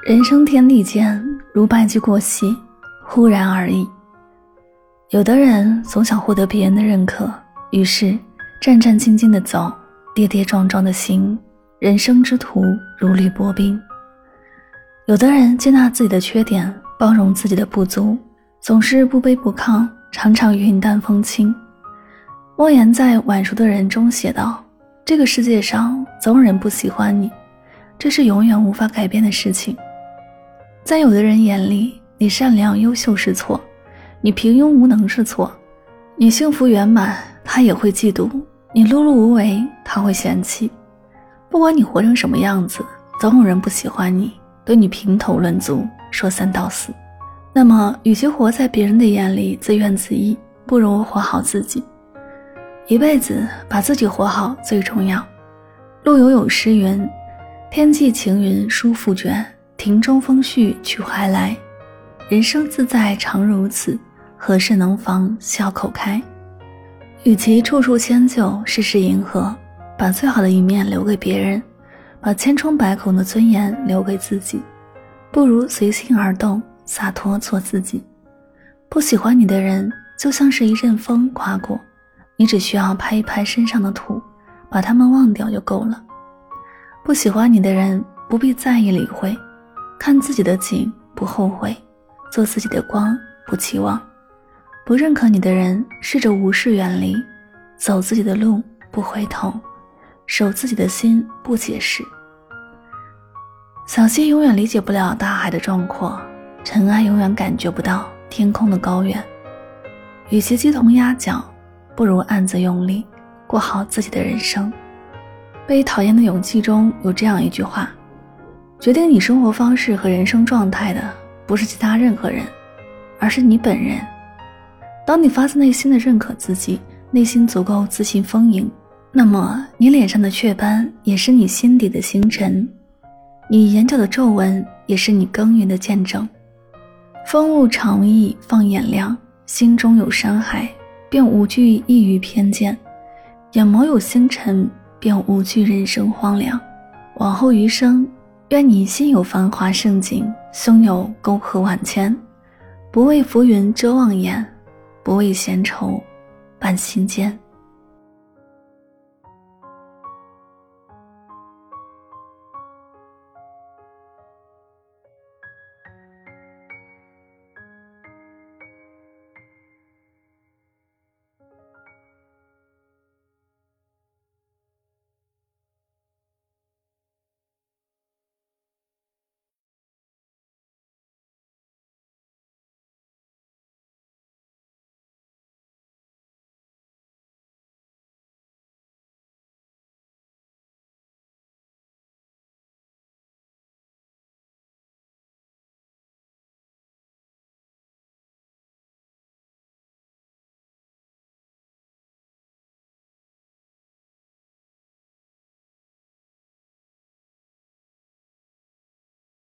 人生天地间，如白驹过隙，忽然而已。有的人总想获得别人的认可，于是战战兢兢地走，跌跌撞撞地行，人生之途如履薄冰。有的人接纳自己的缺点，包容自己的不足，总是不卑不亢，常常云淡风轻。莫言在晚熟的人中写道，这个世界上总有人不喜欢你，这是永远无法改变的事情。在有的人眼里，你善良优秀是错，你平庸无能是错，你幸福圆满他也会嫉妒，你碌碌无为他会嫌弃。不管你活成什么样子，总有人不喜欢你，对你评头论足，说三道四。那么与其活在别人的眼里自怨自艾，不如活好自己。一辈子把自己活好最重要。陆游有诗云，天际晴云舒复卷，庭中风絮去还来。人生自在常如此，何事能防笑口开。与其处处迁就，事事迎合，把最好的一面留给别人，把千疮百孔的尊严留给自己，不如随心而动，洒脱做自己。不喜欢你的人就像是一阵风刮过，你只需要拍一拍身上的土，把他们忘掉就够了。不喜欢你的人不必在意理会，看自己的景不后悔，做自己的光不期望。不认可你的人试着无视远离，走自己的路不回头，守自己的心不解释。小溪永远理解不了大海的壮阔，尘埃永远感觉不到天空的高远。与其鸡同鸭讲，不如暗自用力过好自己的人生。被讨厌的勇气中有这样一句话，决定你生活方式和人生状态的不是其他任何人，而是你本人。当你发自内心的认可自己，内心足够自信丰盈，那么你脸上的雀斑也是你心底的星辰，你眼角的皱纹也是你耕耘的见证。风物长逸放眼量，心中有山海，便无惧异于偏见，眼眸有星辰，便无惧人生荒凉。往后余生，愿你心有繁华盛景，胸有沟壑万千，不为浮云遮望眼，不为闲愁伴心间。